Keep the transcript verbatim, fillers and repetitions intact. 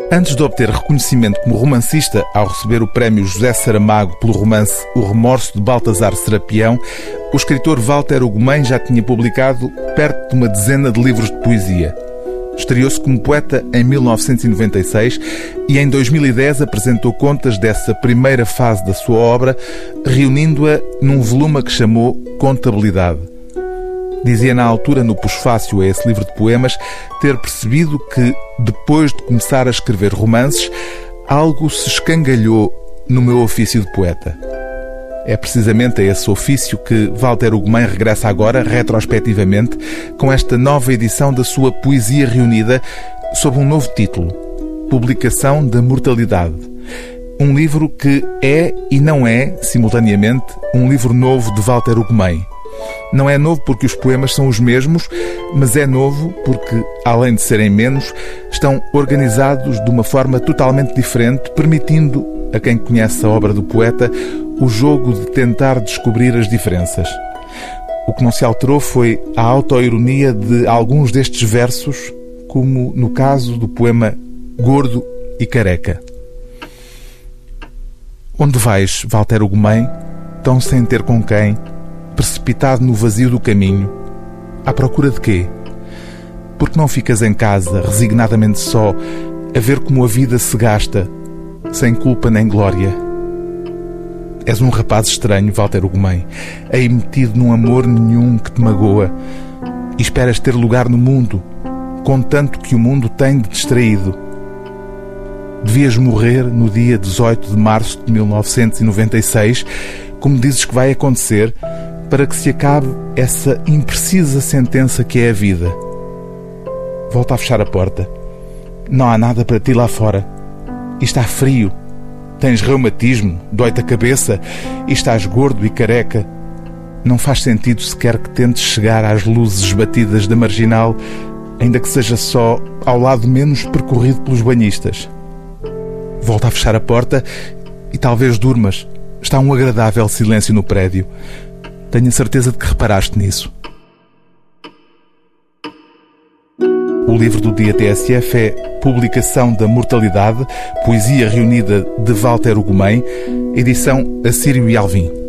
Antes de obter reconhecimento como romancista, ao receber o prémio José Saramago pelo romance O Remorso de Baltasar Serapião, o escritor Walter Ugumem já tinha publicado perto de uma dezena de livros de poesia. Estreou-se como poeta em mil novecentos e noventa e seis e em dois mil e dez apresentou contas dessa primeira fase da sua obra, reunindo-a num volume a que chamou Contabilidade. Dizia na altura, no pós-fácio a esse livro de poemas, ter percebido que, depois de começar a escrever romances, algo se escangalhou no meu ofício de poeta. É precisamente a esse ofício que Walter Ugumem regressa agora, retrospectivamente, com esta nova edição da sua Poesia Reunida, sob um novo título, Publicação da Mortalidade. Um livro que é e não é, simultaneamente, um livro novo de Walter Ugumem. Não é novo porque os poemas são os mesmos, mas é novo porque, além de serem menos, estão organizados de uma forma totalmente diferente, permitindo a quem conhece a obra do poeta o jogo de tentar descobrir as diferenças. O que não se alterou foi a autoironia de alguns destes versos, como no caso do poema Gordo e Careca. Onde vais, Walter Ugumem, tão sem ter com quem, precipitado no vazio do caminho, à procura de quê? Porque não ficas em casa, resignadamente só, a ver como a vida se gasta, sem culpa nem glória? És um rapaz estranho, Walter Ugumem, aí metido num amor nenhum que te magoa, e esperas ter lugar no mundo, com tanto que o mundo tem de distraído. Devias morrer no dia dezoito de março de mil novecentos e noventa e seis, como dizes que vai acontecer, para que se acabe essa imprecisa sentença que é a vida. Volta a fechar a porta. Não há nada para ti lá fora. E está frio. Tens reumatismo, dói-te a cabeça e estás gordo e careca. Não faz sentido sequer que tentes chegar às luzes esbatidas da marginal, ainda que seja só ao lado menos percorrido pelos banhistas. Volta a fechar a porta e talvez durmas. Está um agradável silêncio no prédio. Tenho a certeza de que reparaste nisso. O livro do dia T S F é Publicação da Mortalidade, Poesia Reunida de Walter Ugumem, edição Assírio e Alvim.